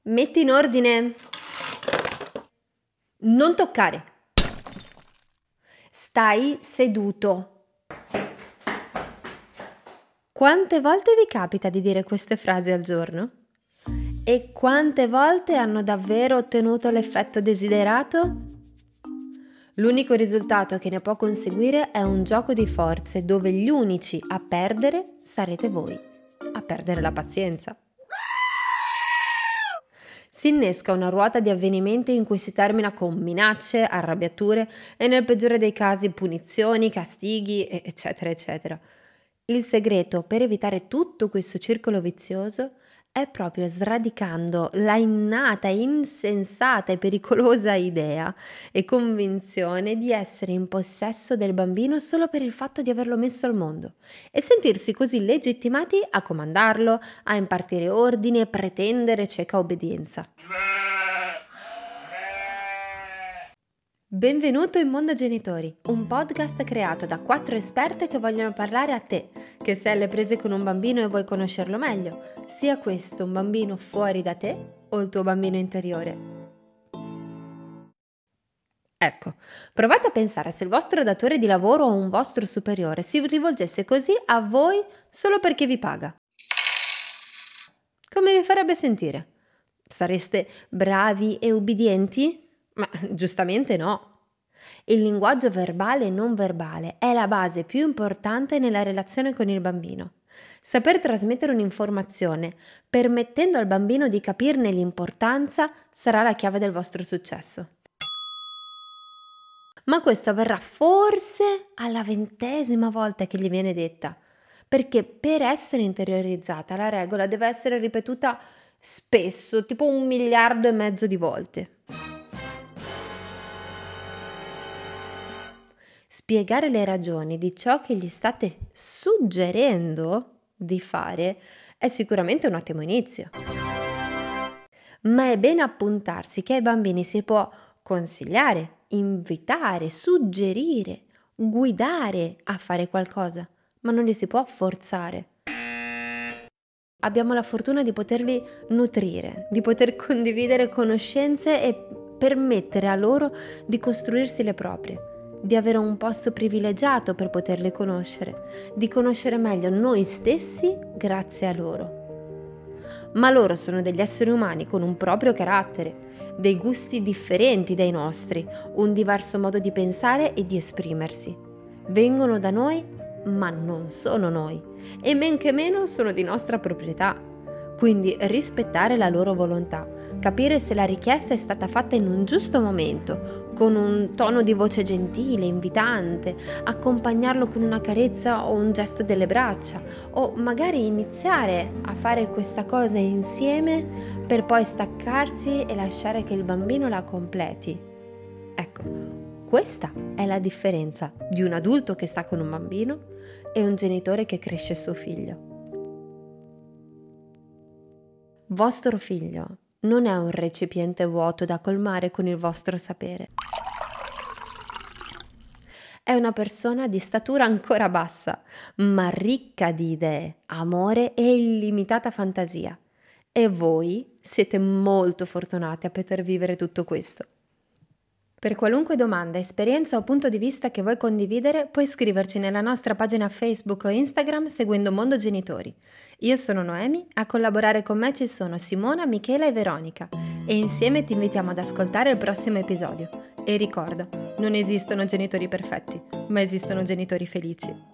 Metti in ordine. Non toccare. Stai seduto. Quante volte vi capita di dire queste frasi al giorno? E quante volte hanno davvero ottenuto l'effetto desiderato? L'unico risultato che ne può conseguire è un gioco di forze dove gli unici a perdere sarete voi, a perdere la pazienza. Si innesca una ruota di avvenimenti in cui si termina con minacce, arrabbiature e nel peggiore dei casi punizioni, castighi, eccetera, eccetera. Il segreto per evitare tutto questo circolo vizioso è proprio sradicando la innata, insensata e pericolosa idea e convinzione di essere in possesso del bambino solo per il fatto di averlo messo al mondo e sentirsi così legittimati a comandarlo, a impartire ordini e pretendere cieca obbedienza. Benvenuto in Mondo Genitori, un podcast creato da 4 esperte che vogliono parlare a te, che sei alle prese con un bambino e vuoi conoscerlo meglio, sia questo un bambino fuori da te o il tuo bambino interiore. Ecco, provate a pensare se il vostro datore di lavoro o un vostro superiore si rivolgesse così a voi solo perché vi paga. Come vi farebbe sentire? Sareste bravi e ubbidienti? Ma giustamente no. Il linguaggio verbale e non verbale è la base più importante nella relazione con il bambino. Saper trasmettere un'informazione, permettendo al bambino di capirne l'importanza, sarà la chiave del vostro successo. Ma questo avverrà forse alla 20ª volta che gli viene detta, perché per essere interiorizzata la regola deve essere ripetuta spesso, tipo 1,5 miliardi di volte. Spiegare le ragioni di ciò che gli state suggerendo di fare è sicuramente un ottimo inizio. Ma è bene appuntarsi che ai bambini si può consigliare, invitare, suggerire, guidare a fare qualcosa, ma non li si può forzare. Abbiamo la fortuna di poterli nutrire, di poter condividere conoscenze e permettere a loro di costruirsi le proprie, di avere un posto privilegiato per poterli conoscere, di conoscere meglio noi stessi grazie a loro. Ma loro sono degli esseri umani con un proprio carattere, dei gusti differenti dai nostri, un diverso modo di pensare e di esprimersi. Vengono da noi, ma non sono noi, e men che meno sono di nostra proprietà. Quindi rispettare la loro volontà, capire se la richiesta è stata fatta in un giusto momento, con un tono di voce gentile, invitante, accompagnarlo con una carezza o un gesto delle braccia, o magari iniziare a fare questa cosa insieme per poi staccarsi e lasciare che il bambino la completi. Ecco, questa è la differenza di un adulto che sta con un bambino e un genitore che cresce suo figlio. Vostro figlio non è un recipiente vuoto da colmare con il vostro sapere. È una persona di statura ancora bassa, ma ricca di idee, amore e illimitata fantasia. E voi siete molto fortunati a poter vivere tutto questo. Per qualunque domanda, esperienza o punto di vista che vuoi condividere, puoi scriverci nella nostra pagina Facebook o Instagram seguendo Mondo Genitori. Io sono Noemi, a collaborare con me ci sono Simona, Michela e Veronica e insieme ti invitiamo ad ascoltare il prossimo episodio. E ricorda, non esistono genitori perfetti, ma esistono genitori felici.